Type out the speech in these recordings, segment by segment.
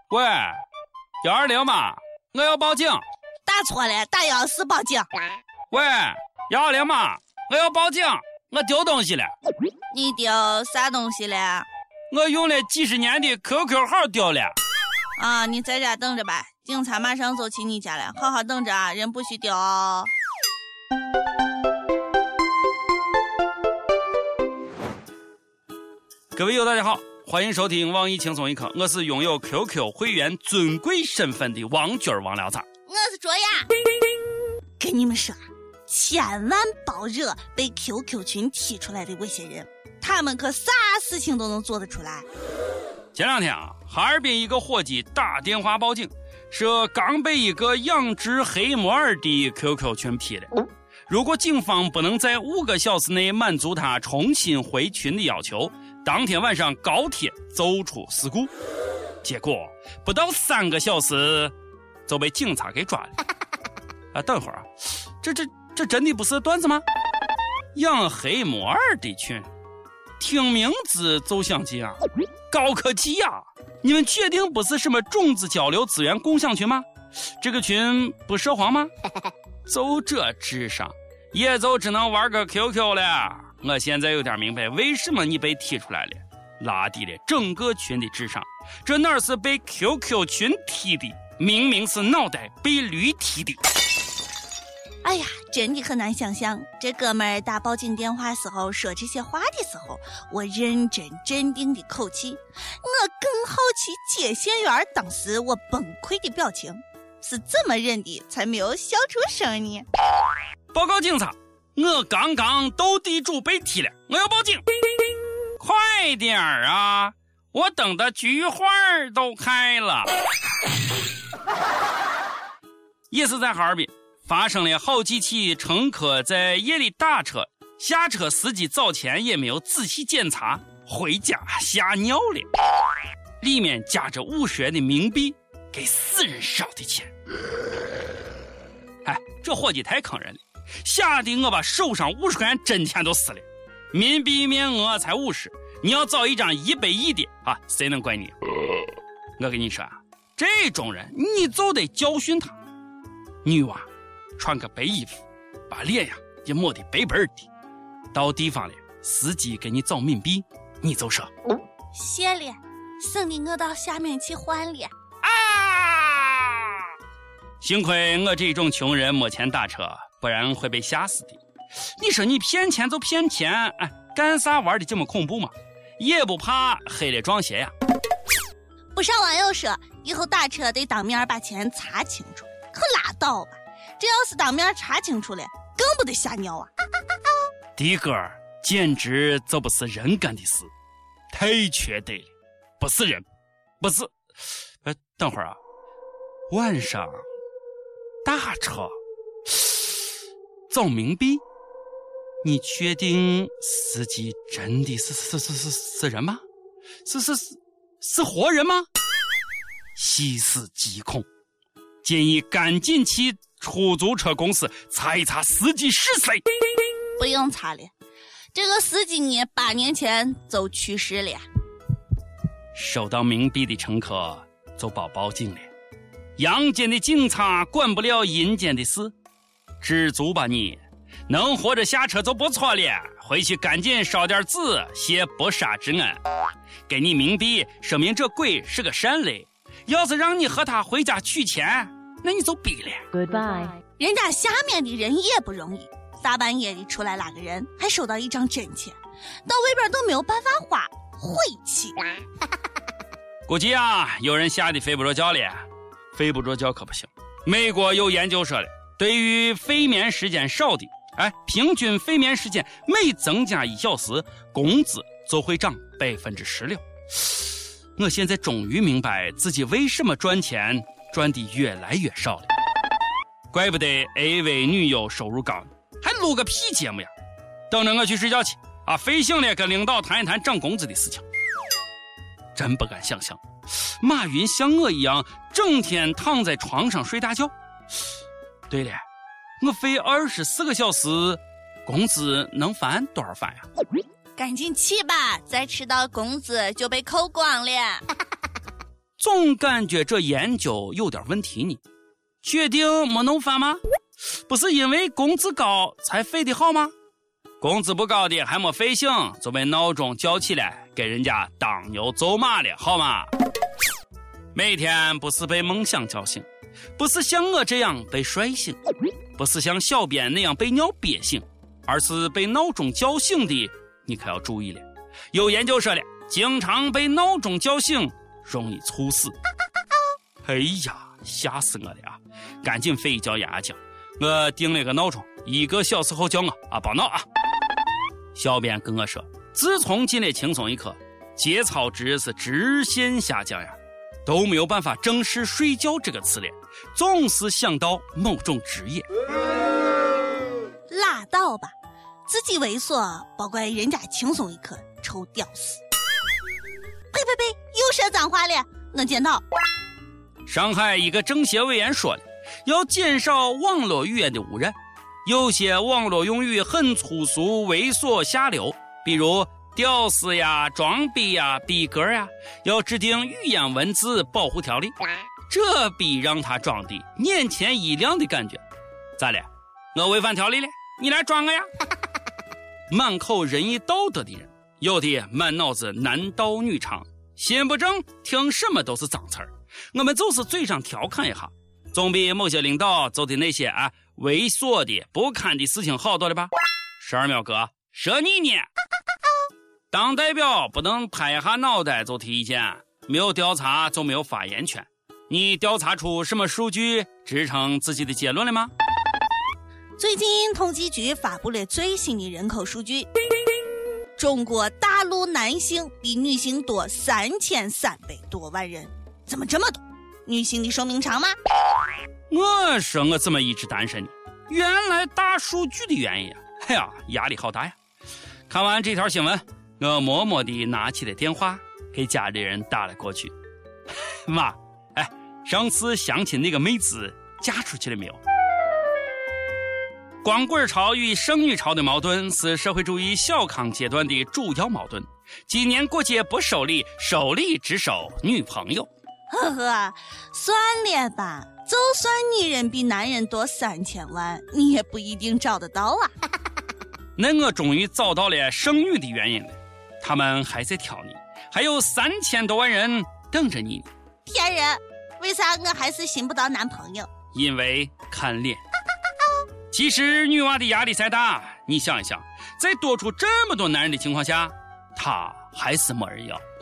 喂，120吗？我要报警。 打错了，打114报警。 喂，120吗？我要报警，我丢东西了。 你丢啥东西了？ 我用了几十年的 QQ 号丢了。 啊，你在家等着吧，警察马上走去你家了，好好等着啊，人不许丢哦。 各位友大家好，欢迎收听网易轻松一刻，我是拥有 QQ 会员尊贵身份的王军王聊子。 我是卓雅。跟你们说，千万别惹被 QQ 群踢出来的危险人，他们可啥事情都能做得出来。 前两天啊，哈尔滨一个伙计打电话报警，说刚被一个养殖黑摩尔的 QQ 群踢了。如果警方不能在5个小时内满足他重新回群的要求，当天晚上高铁走出事故。结果不到3个小时就被警察给抓了。啊，等会儿啊，这真的不是段子吗？养黑摩尔的群，听名字就想进啊，高科技呀！你们确定不是什么种子交流资源共享群吗？这个群不涉黄吗？就这智商，也就只能玩个 QQ 了。我现在有点明白为什么你被踢出来了，拉低了整个群的智商。这哪是被 QQ 群踢的，明明是脑袋被驴踢的。 哎呀，真的很难想象，这哥们儿打报警电话时候说这些话的时候，我认真镇定的口气。我更好奇接线员当时我崩溃的表情，是怎么忍的才没有笑出声呢？ 报告警察，我刚刚斗地主被踢了，我要报警。快点啊，我等的菊花都开了。也是在哈尔滨发生了好几起乘客在夜里打车，下车司机早前也没有仔细检查，回家吓尿了，里面夹着50元的冥币，给死人烧的钱。哎，这伙计太坑人了，吓得我把手上50块钱真钱都撕了。冥币面额才50，你要找一张100亿的啊，谁能怪你？我跟你说啊，这种人你就得教训他。女娃穿个白衣服，把脸呀也抹得白白的，到地方了，司机给你找冥币，你就说谢了，省得我到下面去换了啊！幸亏我这种穷人没钱打车，不然会被吓死的。你说你骗钱就骗钱，哎，干啥玩的这么恐怖嘛？也不怕黑了撞邪呀？ 不少网友说，以后打车得当面把钱查清楚，可拉倒吧！这要是当面查清楚了，更不得吓尿啊！ 的哥简直就不是人干的事，太缺德了，不是人，不是。等会儿啊，晚上打车找冥币，你确定司机真的是人吗？是活人吗？细思极恐，建议赶紧去出租车公司查一查司机是谁。 不用查了，这个司机呢8年前就去世了。 收到冥币的乘客就报警了。阳间的警察管不了阴间的事，知足吧你，能活着下车就不错了，回去赶紧烧点纸谢不杀之恩。给你冥币说明这鬼是个善类，要是让你和他回家取钱，那你就逼了。 Goodbye。 人家下面的人也不容易，大半夜的出来拉个人，还收到一张真钱，到外边都没有办法花，晦气。 估计啊，有人吓得睡不着觉了。睡不着觉可不行，美国有研究说了，对于睡眠时间少的，平均睡眠时间每增加1小时，工资就会涨16%。我现在终于明白自己为什么赚钱赚的越来越少了，怪不得 AV 女友收入高，还录个屁节目呀！等着我去睡觉去啊！睡醒了跟领导谈一谈涨工资的事情。真不敢想象，马云像我一样整天躺在床上睡大觉。对了，我睡24个小时，工资能翻多少番呀？ 赶紧起吧，再迟到工资就被扣光了。 总感觉这研究有点问题呢。确定没弄反吗？不是因为工资高才废的好吗？工资不高的还没废醒，就被闹钟叫起来给人家当牛走马了，好吗？每天不是被梦想叫醒，不是像我这样被摔醒，不是像小编那样被尿憋醒，而是被闹钟叫醒的，你可要注意了。有研究说了，经常被闹钟叫醒容易猝死。哎呀，吓死我了啊！赶紧睡一觉压压惊。我定了个闹钟，1个小时后叫我啊，别闹啊！小编跟我说，自从进了轻松一刻，节操值是直线下降呀，都没有办法正视睡觉这个词了，总是想到某种职业。 拉倒吧，自己猥琐，包怪人家轻松一刻，臭屌丝！呸呸呸，又说脏话了，我检讨。 上海一个政协委员说了，要减少网络语言的污染，有些网络用语很粗俗、猥琐、下流，比如屌丝呀、装逼呀、逼格呀，要制定语言文字保护条例，这比让他装的眼前一亮的感觉。咋了？我违反条例了？你来装我呀！满口仁义道德的人，有的满脑子男盗女娼，心不正，听什么都是脏词儿。我们就是嘴上调侃一下，总比某些领导做的那些猥琐的不堪的事情好多了吧？12秒哥，说你呢？当代表不能拍一下脑袋就提意见，没有调查就没有发言权。你调查出什么数据支撑自己的结论了吗？ 最近统计局发布了最新的人口数据，中国大陆男性比女性多3300多万人，怎么这么多？女性的寿命长吗？ 我说我怎么一直单身呢？原来大数据的原因啊！哎呀，压力好大呀！看完这条新闻，我默默地拿起了电话，给家里人打了过去。妈，上次相亲那个妹子嫁出去了没有？光棍潮与剩女潮的矛盾是社会主义小康阶段的主要矛盾。今年过节不收礼，收礼只收女朋友。 呵呵，算了吧，就算女人比男人多3000万，你也不一定找得到啊。 那我终于找到了生育的原因了，他们还在挑你，还有3000多万人等着你。 骗人！为啥我还是寻不到男朋友？ 因为看脸。其实女娃的压力再大，你想一想，在多出这么多男人的情况下，她还是没人要。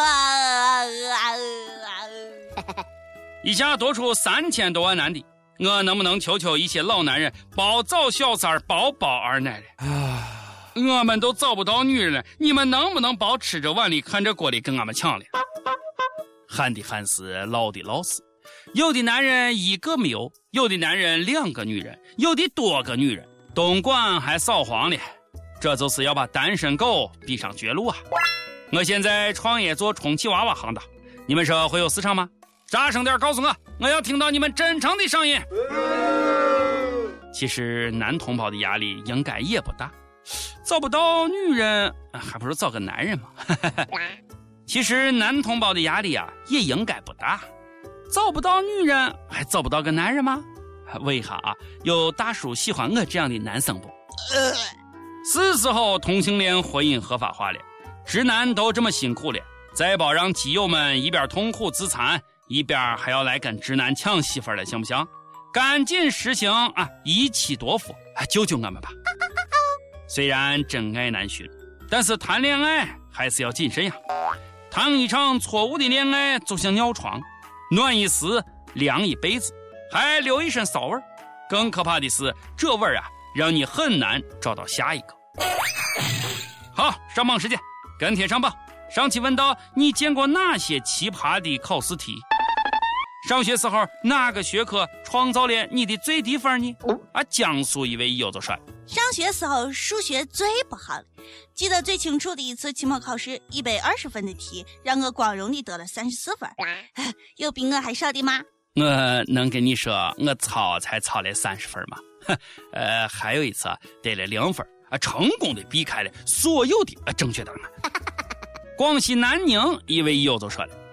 一下多出3000多万男的，我能不能求求一些老男人包找小三儿，包二奶了？我们都找不到女人了，你们能不能包吃着碗里看着锅里跟俺们抢了？旱的旱死，涝的涝死。有的男人1个没有，有的男人2个女人，有的多个女人，东莞还扫黄了。这就是要把单身狗逼上绝路啊！我现在创业做充气娃娃行当，你们说会有市场吗？大声点告诉我，我要听到你们真诚的声音。其实男同胞的压力应该也不大，找不到女人还不如找个男人嘛。其实男同胞的压力也应该不大，找不到女人还找不到个男人吗？问一下有大叔喜欢我这样的男生不？是时候同性恋婚姻合法化了，直男都这么辛苦了，再别让基友们一边痛苦自残，一边还要来跟直男抢媳妇了，行不行？赶紧实行一妻多夫，救救我们吧！虽然真爱难寻，但是谈恋爱还是要谨慎呀。谈一场错误的恋爱就像尿床，暖一时凉一辈子，还留一身骚味。更可怕的是，这味儿让你很难找到下一个。好，上榜时间，跟帖上榜。上期问到你见过哪些奇葩的考试题？上学时候哪个学科创造了你的最低分呢？江苏一位友就说， 上学时候数学最不好了，记得最清楚的一次期末考试，120分的题让我光荣地得了34分。有比我还少的吗？ 我能跟你说，我操才操了30分吗？还有一次得了0分，成功的避开了所有的正确答案。广西南宁一位友就说了，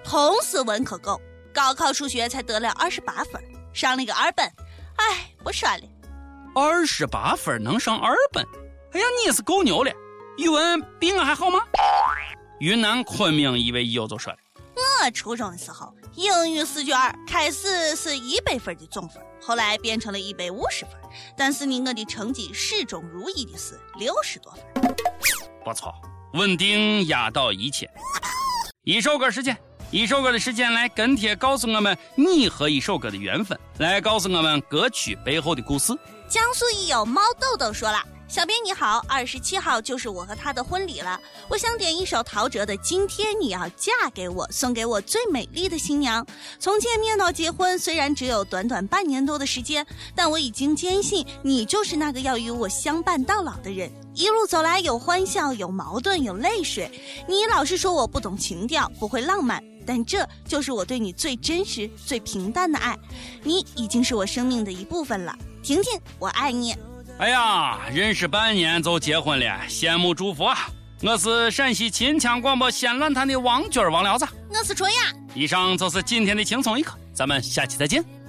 同是文科狗，高考数学才得了28分，上了一个二本。哎，不说了。 28分能上二本？哎呀，你是够牛了！语文比我还好吗？云南昆明一位友就说了， 我初中的时候，英语试卷开始是100分的总分，后来变成了150分，但是呢，我的成绩始终如一的是60多分。 不错，稳定压倒一切。一首歌时间，一首歌的时间来跟帖告诉我们你和一首歌的缘分，来告诉我们歌曲背后的故事。 江苏益友猫豆豆说了，小编你好，27号就是我和他的婚礼了，我想点一首陶喆的《今天你要嫁给我》，送给我最美丽的新娘。从见面到结婚，虽然只有短短半年多的时间，但我已经坚信你就是那个要与我相伴到老的人。一路走来，有欢笑，有矛盾，有泪水。你老是说我不懂情调，不会浪漫，但这就是我对你最真实、最平淡的爱。你已经是我生命的一部分了，婷婷，我爱你。 哎呀，认识半年就结婚了，羡慕祝福啊！我是陕西秦腔广播西安论坛的王军王聊子， 我是春雅。 以上就是今天的轻松一刻，咱们下期再见。